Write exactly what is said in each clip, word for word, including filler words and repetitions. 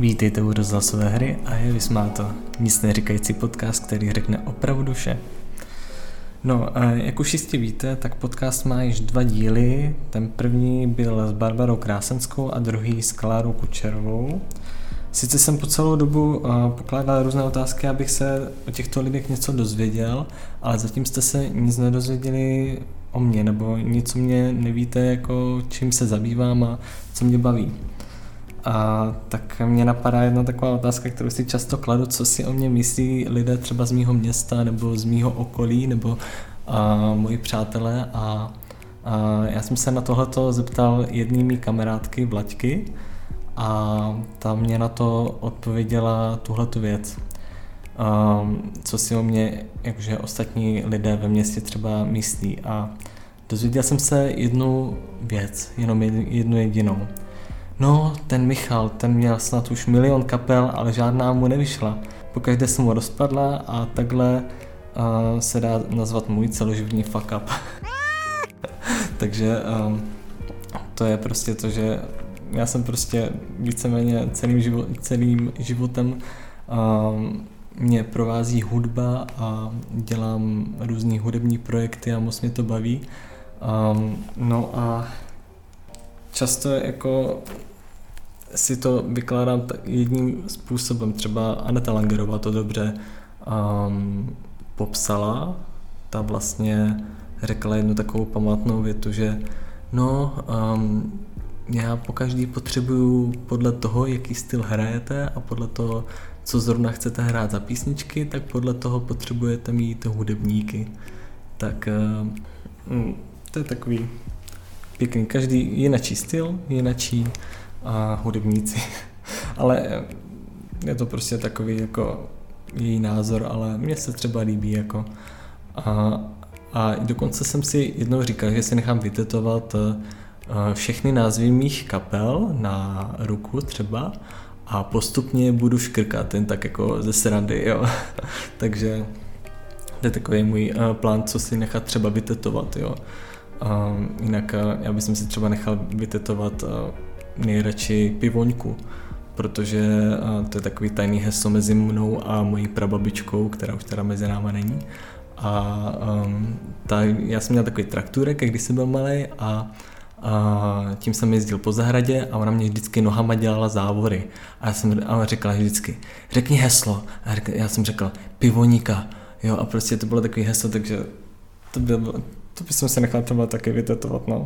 Vítejte u Rozhlasové hry a je Vysmáto, nic neříkající podcast, který řekne opravdu vše. No, a jak už jistě víte, tak podcast má již dva díly. Ten první byl s Barbarou Krásenskou a druhý s Klárou Kučerovou. Sice jsem po celou dobu pokládal různé otázky, abych se o těchto lidech něco dozvěděl, ale zatím jste se nic nedozvěděli o mně, nebo nic o mě nevíte, jako čím se zabývám a co mě baví. A tak mě napadá jedna taková otázka, kterou si často kladu, co si o mě myslí lidé třeba z mýho města nebo z mýho okolí nebo a, moji přátelé a, a já jsem se na tohleto zeptal jedné mý kamarádky Vlaďky a ta mě na to odpověděla tuhletu věc. A, co si o mě jakože ostatní lidé ve městě třeba myslí a dozvěděl jsem se jednu věc, jenom jednu jedinou. No, ten Michal, ten měl snad už milion kapel, ale žádná mu nevyšla. Pokaždé jsem mu rozpadla a takhle uh, se dá nazvat můj celoživotní fuck up. Takže um, to je prostě to, že já jsem prostě víceméně celým, živo- celým životem um, mě provází hudba a dělám různý hudební projekty a moc mě to baví. Um, no a často jako si to vykládám jedním způsobem. Třeba Aneta Langerová to dobře um, popsala. Ta vlastně řekla jednu takovou památnou větu, že no, um, já pokaždý potřebuju podle toho, jaký styl hrajete a podle toho, co zrovna chcete hrát za písničky, tak podle toho potřebujete mít hudebníky. Tak um, to je takový pěkný, každý jinačí styl, jinačí a hudebníci, ale je to prostě takový jako její názor, ale mně se třeba líbí jako a, a dokonce jsem si jednou říkal, že si nechám vytetovat všechny názvy mých kapel na ruku třeba a postupně budu škrkat, jen tak jako ze srandy, jo. Takže to je takový můj plán, co si nechat třeba vytetovat, jo. Uh, jinak uh, já bych si třeba nechal vytetovat uh, nejradši pivoňku, protože uh, to je takový tajný heslo mezi mnou a mojí prababičkou, která už teda mezi náma není. A um, ta, já jsem měl takový traktůrek, když jsem byl malej a a tím jsem jezdil po zahradě a ona mě vždycky nohama dělala závory. A já jsem a ona říkala vždycky, řekni heslo. A já jsem řekl pivoníka. Jo, a prostě to bylo takový heslo, takže to bylo To bych se nechal třeba taky vytetovat, no.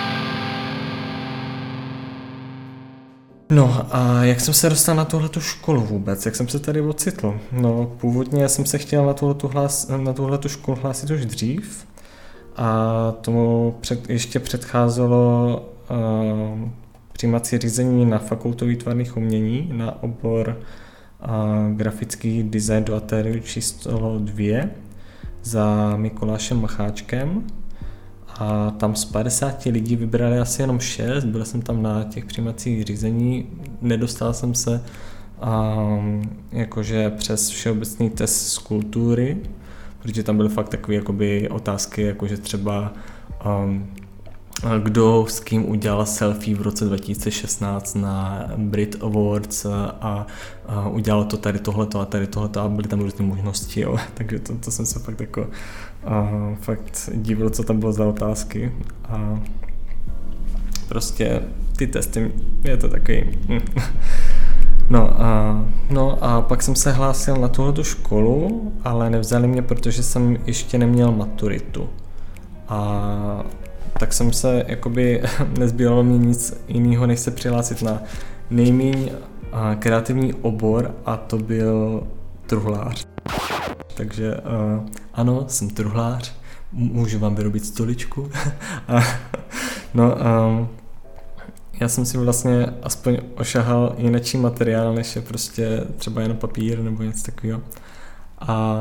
No a jak jsem se dostal na tuhletu školu vůbec? Jak jsem se tady ocitl? No původně jsem se chtěl na tuhletu, hlas, na tuhletu školu hlásit už dřív a tomu před, ještě předcházelo uh, přijímací řízení na fakultu výtvarných umění na obor uh, grafický design do ateliéru číslo dvě za Mikulášem Macháčkem a tam z padesáti lidí vybrali asi jenom šest, byl jsem tam na těch přijímacích řízení, nedostal jsem se um, jakože přes všeobecný test z kultury, protože tam byly fakt takové jakoby otázky, jakože třeba um, kdo s kým udělal selfie v roce dva tisíce šestnáct na Brit Awards a, a udělalo to tady tohleto a tady tohleto a byly tam různé možnosti, jo. Takže to, to jsem se fakt jako a, fakt divil, co tam bylo za otázky a prostě ty testy, je to takový no a, no a pak jsem se hlásil na tuhletu školu, ale nevzali mě, protože jsem ještě neměl maturitu a tak jsem se, jakoby, nezbývalo mě nic jiného, než se přihlásit na nejméně kreativní obor a to byl truhlář. Takže uh, ano, jsem truhlář, můžu vám vyrobit stoličku. a, no, um, já jsem si vlastně aspoň ošahal jinačí materiál, než je prostě třeba jen papír nebo něco takového. A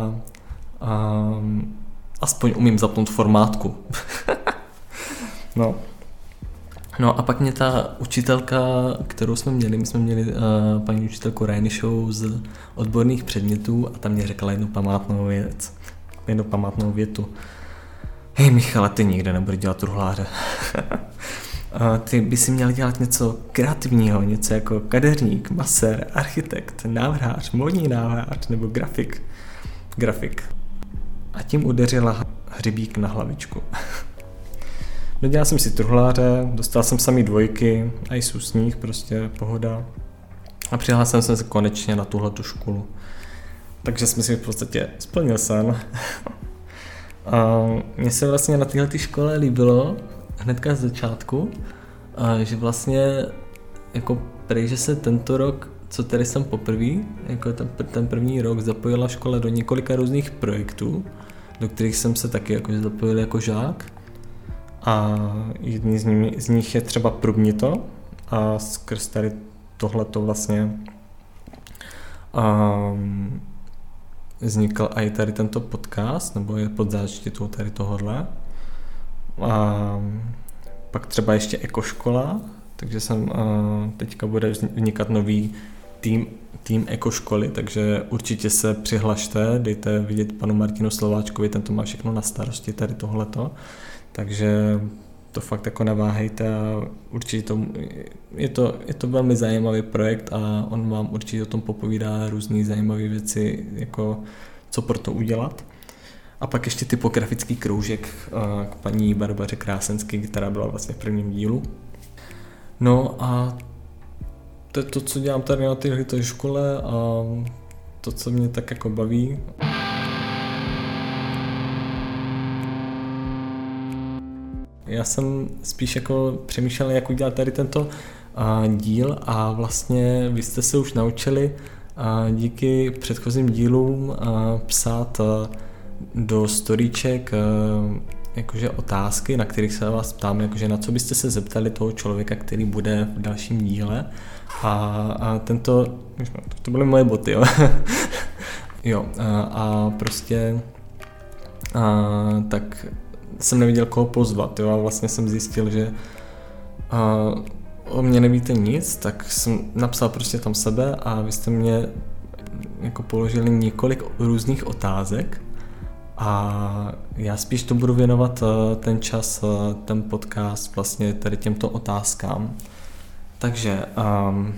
um, aspoň umím zapnout formátku. No. No a pak mě ta učitelka, kterou jsme měli, my jsme měli uh, paní učitelku Rajnišovou z odborných předmětů a tam mě řekla jednu památnou věc, jednu památnou větu. Hej Michale, ty nikde nebudeš dělat truhláře. ty by si měl dělat něco kreativního, něco jako kadeřník, masér, architekt, návrhář, módní návrhář nebo grafik. Grafik. A tím udeřila hřebík na hlavičku. Dodělal jsem si truhláře, dostal jsem samý dvojky, a jsou z nich, prostě pohoda. A přihlásil jsem se konečně na tuhletu školu. Takže jsem si v podstatě splnil sen. A mně se vlastně na této škole líbilo hnedka z začátku, že vlastně jako prej, že se tento rok, co tady jsem poprvé, jako ten, ten první rok zapojila škola do několika různých projektů, do kterých jsem se taky jako zapojil jako žák. A jedný z, nimi, z nich je třeba Prubnito a skrz tady tohleto vlastně um, vznikl i tady tento podcast, nebo je pod záštitou tady tohodle. A pak třeba ještě ekoškola, takže jsem uh, teďka bude vznikat nový tým, tým ekoškoly, takže určitě se přihlašte, dejte vidět panu Martinu Slováčkovi, ten to má všechno na starosti tady tohleto, takže to fakt jako naváhejte a určitě to, je to, je to velmi zajímavý projekt a on vám určitě o tom popovídá různé zajímavé věci, jako co pro to udělat. A pak ještě typografický kroužek k paní Barbaře Krásenské, která byla vlastně v prvním dílu. No a to je to, co dělám tady na této škole a to, co mě tak jako baví. Já jsem spíš jako přemýšlel, jak udělat tady tento díl a vlastně vy jste se už naučili díky předchozím dílům psát do storíček jakože otázky, na kterých se vás ptám, jakože na co byste se zeptali toho člověka, který bude v dalším díle. A, a tento, to byly moje boty, jo. jo a, a prostě a, tak jsem nevěděl, koho pozvat, jo, a vlastně jsem zjistil, že a, o mě nevíte nic, tak jsem napsal prostě tam sebe a vy jste mě jako položili několik různých otázek. A já spíš to budu věnovat ten čas, ten podcast vlastně tady těmto otázkám. Takže um,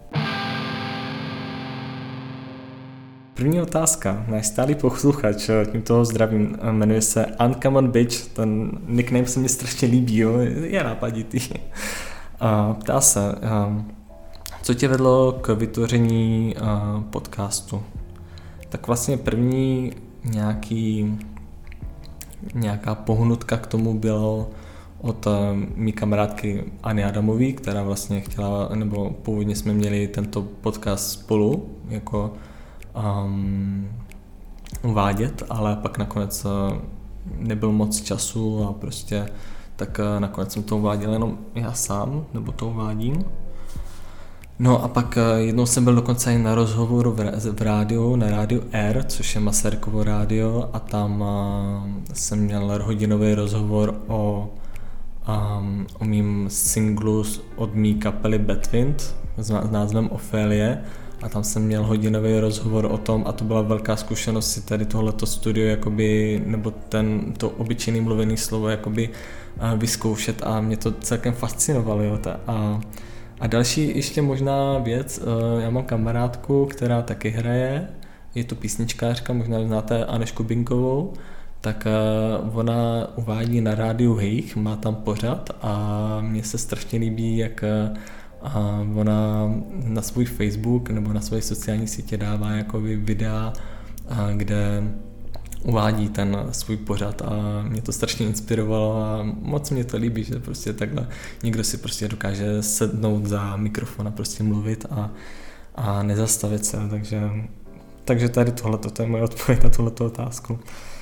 první otázka, náš stálý posluchač, tímto zdravím, jmenuje se Uncommon Bitch, ten nickname se mi strašně líbí, jo, je nápaditý. A ptá se, um, co tě vedlo k vytvoření uh, podcastu? Tak vlastně první nějaký, nějaká pohnutka k tomu bylo od uh, mý kamarádky Anny Adamové, která vlastně chtěla, nebo původně jsme měli tento podcast spolu jako um, uvádět, ale pak nakonec uh, nebyl moc času a prostě tak uh, nakonec jsem to uváděl jenom já sám, nebo to uvádím. No a pak jednou jsem byl dokonce i na rozhovoru v, v rádiu, na rádiu R, což je Masarykovo rádio, a tam uh, jsem měl hodinový rozhovor o, um, o mým singlu od mý kapely Batwind s, s názvem Ophelie, a tam jsem měl hodinový rozhovor o tom a to byla velká zkušenost si tady tohleto studio jakoby, nebo ten, to obyčejný mluvený slovo jakoby uh, vyzkoušet a mě to celkem fascinovalo, jo, ta, a A další ještě možná věc, já mám kamarádku, která taky hraje, je to písničkářka, možná znáte Anežku Binkovou, tak ona uvádí na rádiu Hejch, má tam pořad a mně se strašně líbí, jak ona na svůj Facebook nebo na své sociální sítě dává jakoby videa, kde uvádí ten svůj pořad a mě to strašně inspirovalo a moc mě to líbí, že prostě takhle někdo si prostě dokáže sednout za mikrofon a prostě mluvit a, a nezastavit se, takže, takže tady tohleto, to je moje odpověď na tuhleto otázku.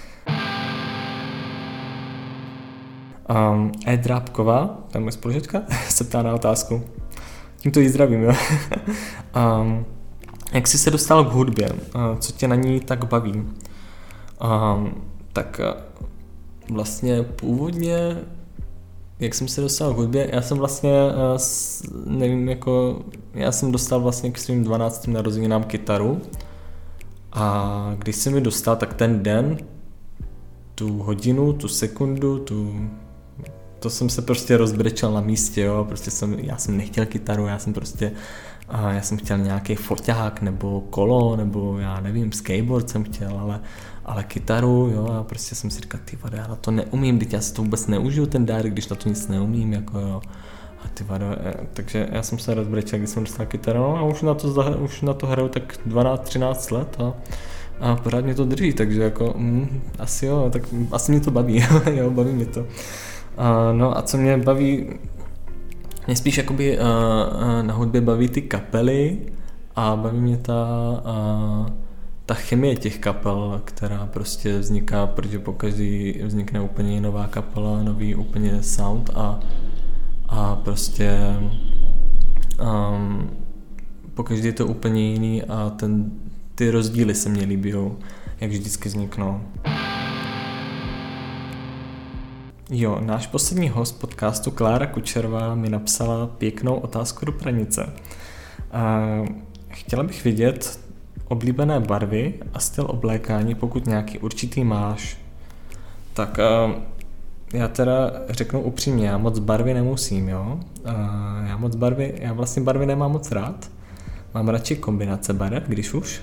Um, E. Drábková, to je moje spolužečka, se ptá na otázku. Tímto jí zdravím, jo. um, jak jsi se dostal k hudbě? Uh, co tě na ní tak baví? Um, tak vlastně původně, jak jsem se dostal k hudbě, já jsem vlastně, nevím, jako, já jsem dostal vlastně k svým dvanáctým narozeninám kytaru a když jsem mi dostal, tak ten den, tu hodinu, tu sekundu, tu to jsem se prostě rozbrečel na místě, jo, prostě jsem, já jsem nechtěl kytaru, já jsem prostě, a já jsem chtěl nějaký foťák, nebo kolo, nebo já nevím, skateboard jsem chtěl, ale, ale kytaru, jo, a prostě jsem si říkal, ty vado, já na to neumím, teď já si to vůbec neužiju ten dárek, když na to nic neumím, jako jo. A ty vado, takže já jsem se rozbrečel, když jsem dostal kytaru, no, a už na to, už na to hraju tak dvanáct třináct let a, a pořád mě to drží, takže jako, mm, asi jo, tak asi mě to baví, jo, baví mě to. A, no a co mě baví, mě spíš jakoby uh, uh, na hudbě baví ty kapely a baví mě ta, uh, ta chemie těch kapel, která prostě vzniká, protože pokaždý vznikne úplně nová kapela, nový úplně sound a, a prostě um, pokaždý je to úplně jiný a ten, ty rozdíly se mně líbí, jak vždycky vzniknou. Jo, náš poslední host podcastu Klára Kučerová mi napsala pěknou otázku do pranice. A chtěla bych vědět oblíbené barvy a styl oblékání, pokud nějaký určitý máš. Tak já teda řeknu upřímně, já moc barvy nemusím, jo. Já moc barvy, já vlastně barvy nemám moc rád. Mám radši kombinace barev, když už.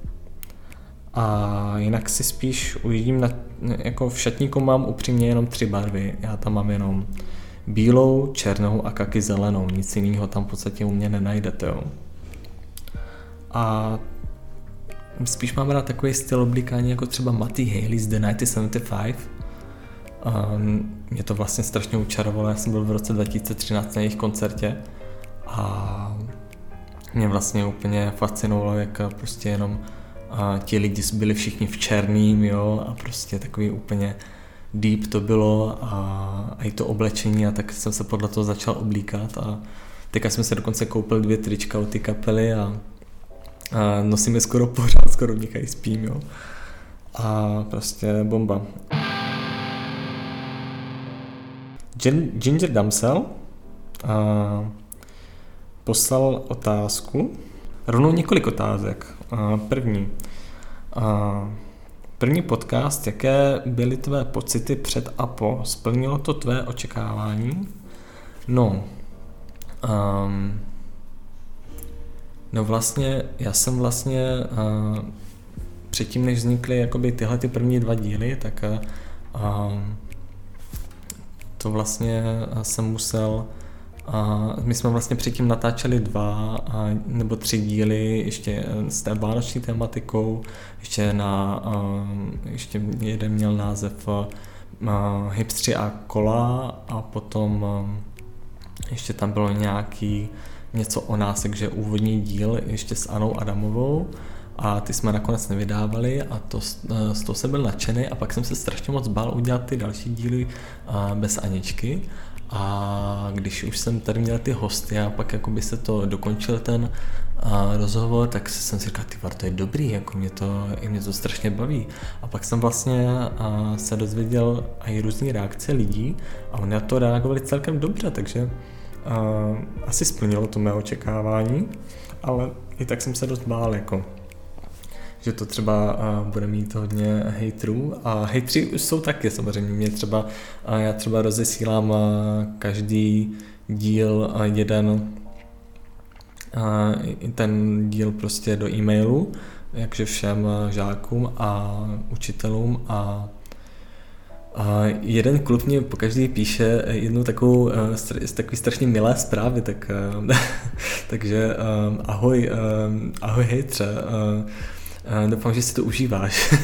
A jinak si spíš uvidím, na, jako v šatníku mám upřímně jenom tři barvy. Já tam mám jenom bílou, černou a kaky zelenou. Nic jiného tam v podstatě u mě nenajdete. Jo. A spíš mám rád takový styl oblíkání jako třeba Matty Haley z The devatenáct set sedmdesát pět. A mě to vlastně strašně učarovalo. Já jsem byl v roce dva tisíce třináct na jejich koncertě a mě vlastně úplně fascinovalo, jak prostě jenom a ti lidi byli všichni v černým, jo, a prostě takový úplně deep to bylo a, a i to oblečení a tak jsem se podle toho začal oblíkat a teďka jsme se dokonce koupili dvě trička od ty kapely a, a nosím je skoro pořád, skoro v nich i spím, jo. A prostě bomba. Ginger Damsel a poslal otázku, rovnou několik otázek. První. První podcast, jaké byly tvé pocity před a po? Splnilo to tvé očekávání? No, um, no vlastně, já jsem vlastně uh, předtím, než vznikly jakoby tyhle ty první dva díly, tak uh, to vlastně jsem musel a my jsme vlastně předtím natáčeli dva a, nebo tři díly ještě s té vánoční tematikou, ještě, na, a, ještě jeden měl název a, Hipstři a kola a potom a, ještě tam bylo nějaký něco o nás, takže úvodní díl ještě s Anou Adamovou a ty jsme nakonec nevydávali a to, z toho jsem byl nadšený a pak jsem se strašně moc bál udělat ty další díly a, bez Aničky. A když už jsem tady měl ty hosty a pak jakoby se to dokončil ten a, rozhovor, tak jsem si říkal, ty var, to je dobrý, jako mě to, mě to strašně baví. A pak jsem vlastně a, se dozvěděl i různý reakce lidí a oni na to reagovali celkem dobře, takže a, asi splnilo to mé očekávání, ale i tak jsem se dost bál, jako že to třeba uh, bude mít hodně hejtrů a hejtři už jsou taky samozřejmě, mě třeba, uh, já třeba rozesílám uh, každý díl uh, jeden uh, ten díl prostě do e-mailu, jakže všem uh, žákům a učitelům a a jeden klub mě pokaždý píše jednu takovou uh, takový strašně milé zprávy, tak, uh, takže uh, ahoj, uh, ahoj hejtře, uh, Uh, doufám, že si to užíváš.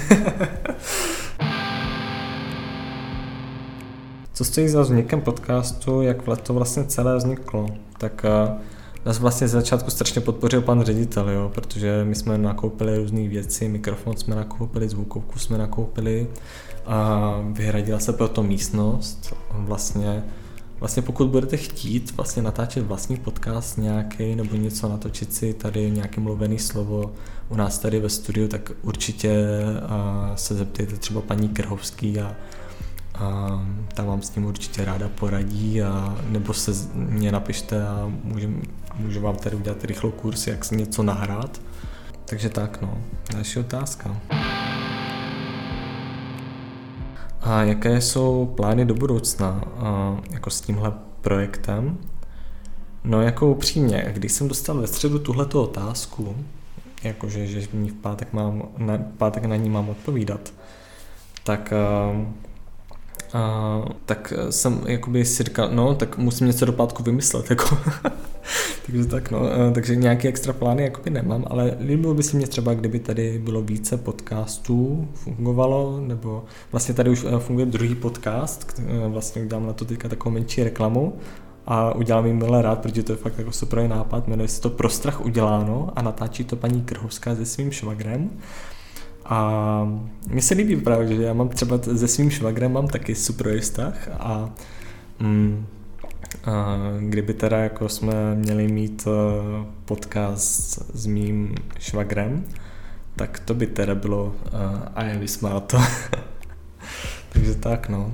Co stojí za vznikem podcastu, jak to vlastně celé vzniklo? Tak uh, nás vlastně z začátku strašně podpořil pan ředitel, jo, protože my jsme nakoupili různé věci, mikrofon jsme nakoupili, zvukovku jsme nakoupili a vyhradila se pro to místnost. Vlastně Vlastně pokud budete chtít vlastně natáčet vlastní podcast nějaký nebo něco natočit si tady nějaké mluvené slovo u nás tady ve studiu, tak určitě a, se zeptejte třeba paní Krhovský a, a ta vám s tím určitě ráda poradí a nebo se mě napište a můžem, můžu vám tady udělat rychlou kurz, jak si něco nahrát. Takže tak no, další otázka. A jaké jsou plány do budoucna a jako s tímhle projektem? No jako upřímně, když jsem dostal ve středu tuhletu otázku, jakože že v ní v pátek, mám, na, pátek na ní mám odpovídat, tak, uh, uh, tak jsem jakoby si říkal, no tak musím něco do pátku vymyslet, jako. takže tak no, uh, takže nějaké extra plány jakoby nemám, ale líbilo by se mě třeba, kdyby tady bylo více podcastů, fungovalo, nebo vlastně tady už funguje druhý podcast, uh, vlastně udělám na to teďka takovou menší reklamu, a udělám jim milé rád, protože to je fakt jako super nápad, jmenuje se to Pro strach uděláno a natáčí to paní Krhovská se svým švagrem. A mně se líbí právě, že já mám třeba se svým švagrem mám taky super vztah a, mm, a kdyby teda jako jsme měli mít podcast s mým švagrem, tak to by teda bylo a je vysmát to. Takže tak no.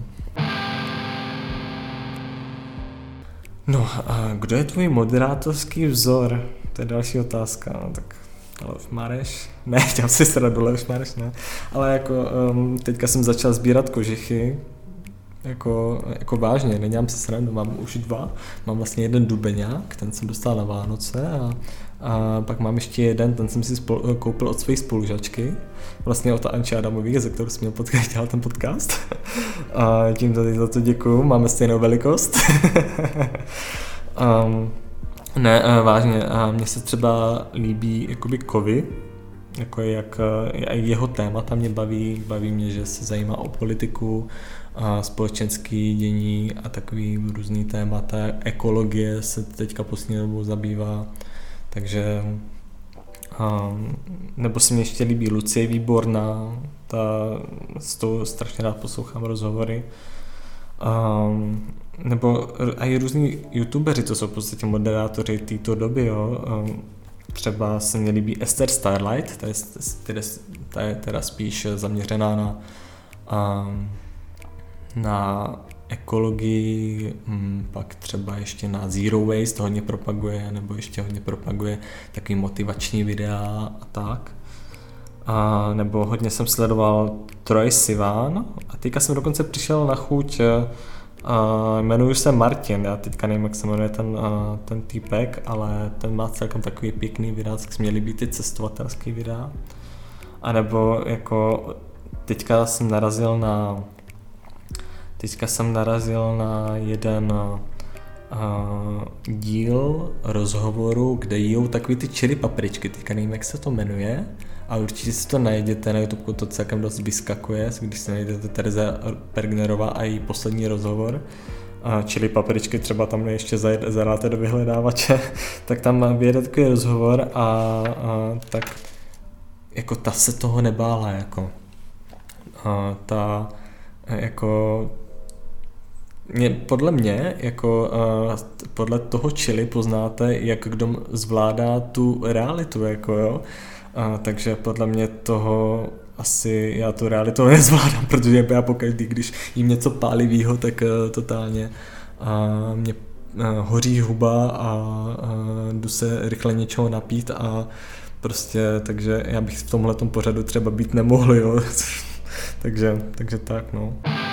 No a kdo je tvůj moderátorský vzor? To je další otázka, no tak Lev Mareš? Ne, dělám si sradu, Lev Mareš ne. Ale jako um, teďka jsem začal sbírat kožichy, jako, jako vážně, nedělám si sradu, mám už dva. Mám vlastně jeden dubeňák, ten jsem dostal na Vánoce a, a pak mám ještě jeden, ten jsem si spol, koupil od své spolužačky, vlastně od Anči Adamových, ze kterou jsem měl podcast, dělal ten podcast. A tímto za to děkuju, máme stejnou velikost. um, ne, vážně, a mně se třeba líbí jakoby kovy, jako jak jeho témata mě baví, baví mě, že se zajímá o politiku, a společenský dění a takový různý témata, ekologie se teďka poslední dobou zabývá, takže um, nebo se mi ještě líbí Lucie Výborná, ta, s tou strašně rád poslouchám rozhovory, um, nebo i různí youtubeři, to jsou v podstatě moderátoři této doby, jo. Um, třeba se mi líbí Esther Starlight, ta je, ta je teda spíš zaměřená na um, na ekologii, pak třeba ještě na Zero Waste hodně propaguje, nebo ještě hodně propaguje takový motivační videa a tak. A nebo hodně jsem sledoval Troye Sivan a teďka jsem dokonce přišel na chuť, a jmenuji se Martin, já teďka nevím, jak se jmenuje ten, ten týpek, ale ten má celkem takový pěkný videa, tak měly být ty cestovatelský videa. A nebo jako teďka jsem narazil na Teďka jsem narazil na jeden uh, díl rozhovoru, kde jíjou takový ty cherry papričky, teďka nevím, jak se to jmenuje, a určitě si to najdete, na YouTube to celkem dost vyskakuje, když si najdete Tereza Pergnerová a její poslední rozhovor, a chili papričky třeba tam ještě zadáte do vyhledávače, tak tam vyjede takový rozhovor a, a tak jako ta se toho nebála, jako a ta jako Mě, podle mě, jako uh, podle toho chili poznáte, jak kdo zvládá tu realitu, jako jo. Uh, takže podle mě toho asi já tu realitu nezvládám, protože já pokaždý, když jim něco pálivýho, tak uh, totálně uh, mě uh, hoří huba a uh, jdu se rychle něčeho napít a prostě, takže já bych v tomhletom pořadu třeba být nemohl, jo. takže, takže tak, no.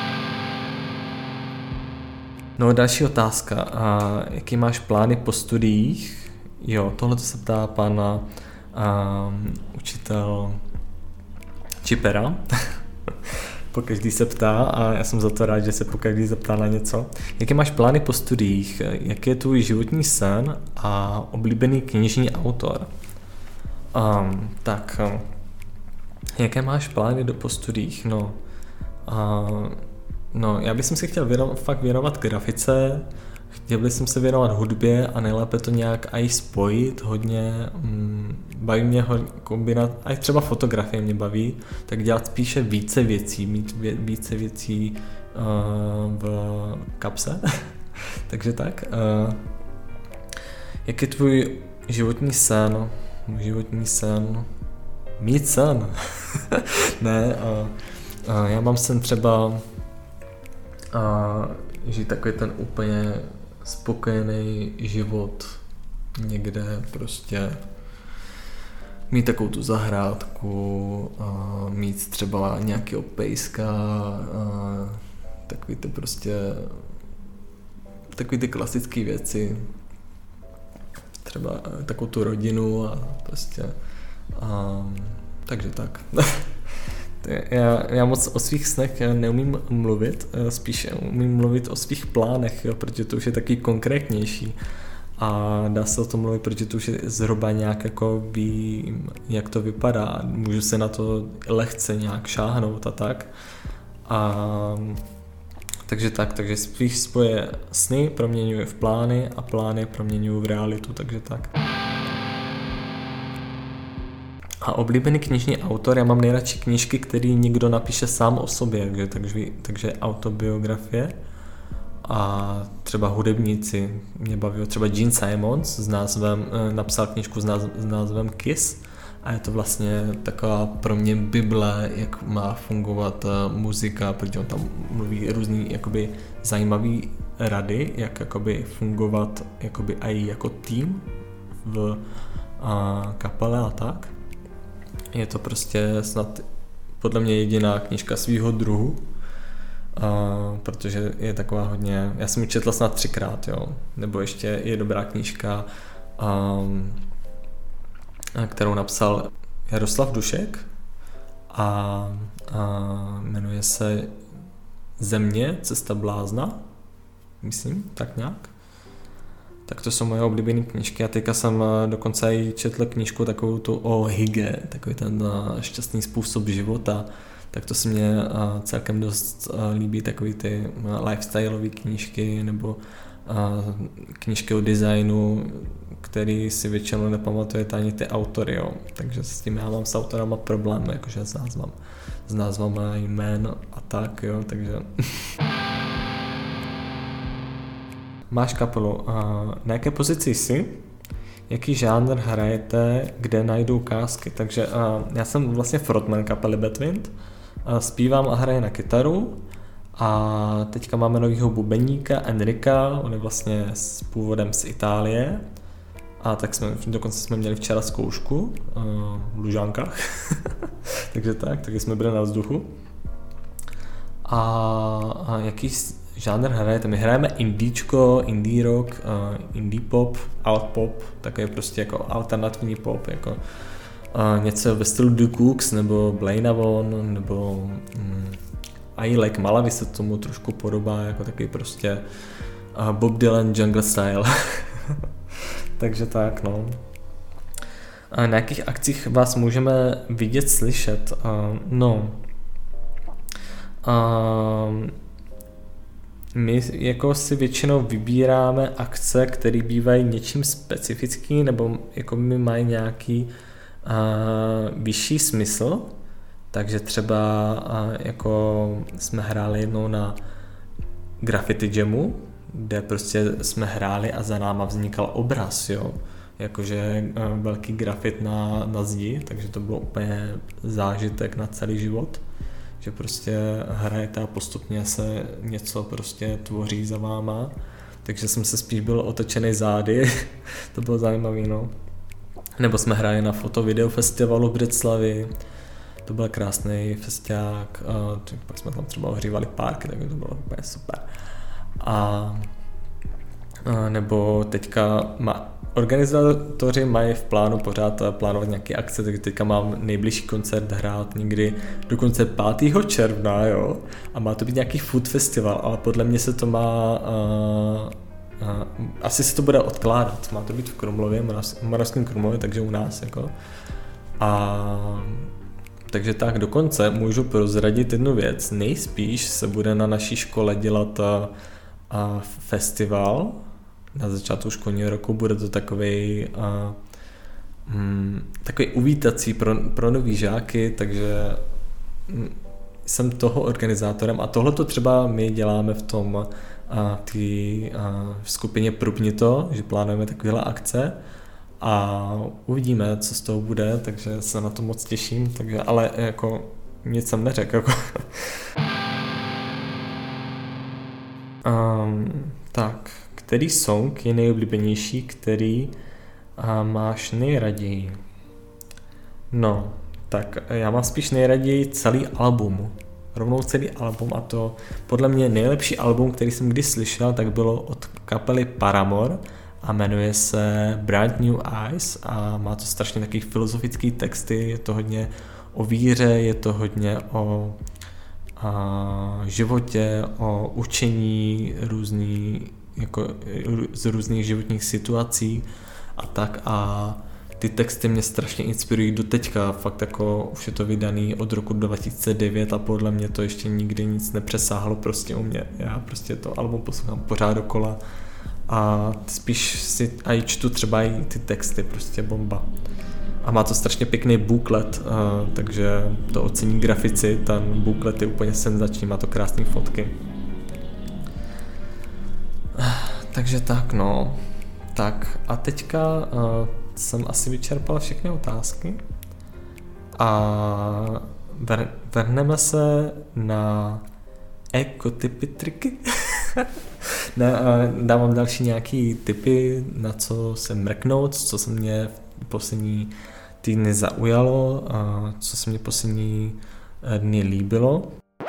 No další otázka, a jaký máš plány po studiích? Jo, tohle se ptá pana um, učitel Čipera. Pokaždý se ptá a já jsem za to rád, že se pokaždý zeptá na něco. Jaké máš plány po studiích? Jaký je tvůj životní sen a oblíbený knižní autor? Um, tak, um, jaké máš plány do po studiích? No, uh, No, já bych si chtěl věnovat, fakt věnovat grafice, chtěl bych se věnovat hudbě a nejlépe to nějak i spojit, hodně, mm, baví mě hodně kombinat, a třeba fotografie mě baví, tak dělat spíše více věcí, mít vě, více věcí uh, v kapse, takže tak. Uh, jak je tvůj životní sen? Můj životní sen? Mít sen? ne, uh, uh, já mám sen třeba a žít takový ten úplně spokojený život někde prostě, mít takovou tu zahrádku, a mít třeba nějakého pejska, a takový ty prostě, takový ty klasické věci, třeba takovou tu rodinu a prostě, a, takže tak. Já, já moc o svých snech neumím mluvit, spíš umím mluvit o svých plánech, jo, protože to už je taky konkrétnější a dá se o tom mluvit, protože to už je zhruba nějak jako vím, jak to vypadá, můžu se na to lehce nějak šáhnout a tak. A, takže tak, takže spíš svoje sny proměňuji v plány a plány proměňuji v realitu, takže tak. A oblíbený knižní autor, já mám nejradši knížky, které někdo napíše sám o sobě, takže, takže, takže autobiografie a třeba hudebníci, mě baví třeba Gene Simons s názvem, napsal knížku s, náz, s názvem Kiss a je to vlastně taková pro mě bible, jak má fungovat muzika, protože on tam mluví různý jakoby zajímavý rady, jak jakoby fungovat jakoby i jako tým v a, kapele a tak. Je to prostě snad podle mě jediná knížka svýho druhu, uh, protože je taková hodně, já jsem ji četl snad třikrát, jo, nebo ještě je dobrá knížka, um, kterou napsal Jaroslav Dušek a, a jmenuje se Země, cesta blázna, myslím, tak nějak. Tak to jsou moje oblíbené knížky a teďka jsem dokonce i četl knížku takovou tu o hygge, takový ten šťastný způsob života, tak to se mně celkem dost líbí, takový ty lifestyleové knížky nebo knížky o designu, který si většinou nepamatujete ani ty autory, jo. Takže s tím já mám s autorama problém, jakože s názvem, s názvama jmén a tak, jo, takže... Máš kapelu. Na jaké pozici jsi? Jaký žánr hrajete? Kde najdu ukázky? Takže já jsem vlastně frontman kapely Badwind. Zpívám a hraje na kytaru. A teďka máme novýho bubeníka Enrika. On je vlastně s původem z Itálie. A tak jsme, dokonce jsme měli včera zkoušku v Lužánkách. Takže tak, takže jsme byli na vzduchu. A, a jaký žánr hrajete? My hrajeme indíčko, indie rock, uh, indie pop, alt pop, takový prostě jako alternativní pop, jako uh, něco ve stylu The Cooks nebo Blainavon nebo um, I Like Malawi se tomu trošku podobá, jako takový prostě uh, Bob Dylan jungle style. Takže tak, no. A na jakých akcích vás můžeme vidět, slyšet? Uh, no. Uh, My jako si většinou vybíráme akce, které bývají něčím specifický nebo jako mi mají nějaký uh, vyšší smysl. Takže třeba uh, jako jsme hráli jednou na graffiti jamu, kde prostě jsme hráli a za náma vznikal obraz, jo. Jakože uh, velký grafit na, na zdi, takže to bylo úplně zážitek na celý život. Že prostě hrajete a postupně se něco prostě tvoří za váma. Takže jsem se spíš byl otočený zády, to bylo zajímavý, no. Nebo jsme hráli na foto-video festivalu v Břeclavi, to byl krásný festiák, a pak jsme tam třeba ohřívali párky, takže to bylo úplně super. A, a nebo teďka má, organizátoři mají v plánu pořád plánovat nějaké akce, takže teďka mám nejbližší koncert hrát někdy dokonce pátého června, jo, a má to být nějaký food festival, ale podle mě se to má, uh, uh, asi se to bude odkládat, má to být v Krumlově, v Moravském Krumlově, takže u nás, jako. A takže tak dokonce můžu prozradit jednu věc, nejspíš se bude na naší škole dělat uh, uh, festival. Na začátku školního roku bude to takový uh, um, takový uvítací pro, pro nový žáky, takže um, jsem toho organizátorem a tohle to třeba my děláme v tom uh, tý, uh, v skupině Prubni to, že plánujeme takovéhle akce a uvidíme, co z toho bude, takže se na to moc těším, takže, ale jako nic jsem neřekl. Jako. um, tak Který song je nejoblíbenější, který a máš nejraději? No, tak já mám spíš nejraději celý album. Rovnou celý album a to podle mě nejlepší album, který jsem kdy slyšel, tak bylo od kapely Paramore a jmenuje se Brand New Eyes a má to strašně takový filozofický texty, je to hodně o víře, je to hodně o a, životě, o učení různý, jako, z různých životních situací a tak a ty texty mě strašně inspirují do teďka, fakt jako už je to vydaný od roku dva tisíce devět a podle mě to ještě nikdy nic nepřesáhlo prostě u mě. Já prostě to album poslouchám pořád dokola a spíš si aj čtu třeba i ty texty, prostě bomba. A má to strašně pěkný booklet, takže to ocení grafici, ten booklet je úplně senzační, má to krásné fotky. Takže tak no, tak a teďka jsem asi vyčerpal všechny otázky a ver, vrhneme se na ekotypy triky. ne, dávám další nějaký tipy, na co se mrknout, co se mě v poslední týdny zaujalo a co se mě v poslední dny líbilo.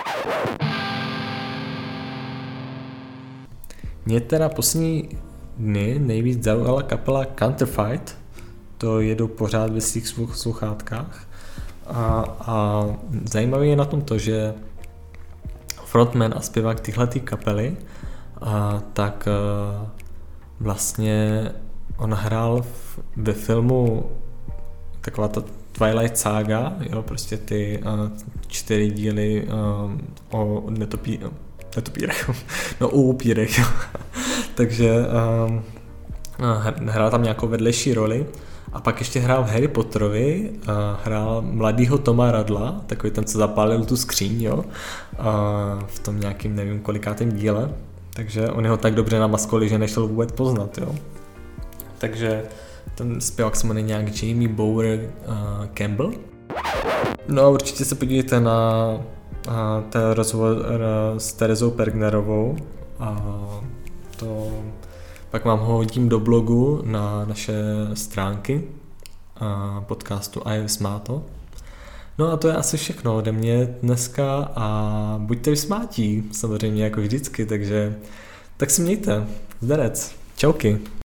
Mě teda poslední dny nejvíc zaujala kapela Counterfeit, to jedou pořád ve svých sluchátkách a, a zajímavé je na tom to, že frontman a zpěvák tyhletý kapely a, tak a, vlastně on hrál v, ve filmu taková ta Twilight Saga, jo, prostě ty a, čtyři díly a, o netopí, netopírech, no o upírech, jo. Takže a, hrál tam nějakou vedlejší roli. A pak ještě hrál v Harry Potterovi, a hrál mladýho Toma Radla, takový ten, co zapálil tu skříň, jo, a v tom nějakým nevím kolikátém díle, takže oni ho tak dobře namaskoli, že nešel vůbec poznat, jo. Takže ten zpěvák se jmenuje nějak Jamie Bower uh, Campbell. No a určitě se podívejte na uh, ten rozhovor uh, s Terezou Pergnerovou a to... Pak vám ho hodím do blogu na naše stránky a podcastu I Smáto. No a to je asi všechno ode mě dneska a buďte vysmátí, samozřejmě jako vždycky, takže tak si mějte. Zdarec. Čauky.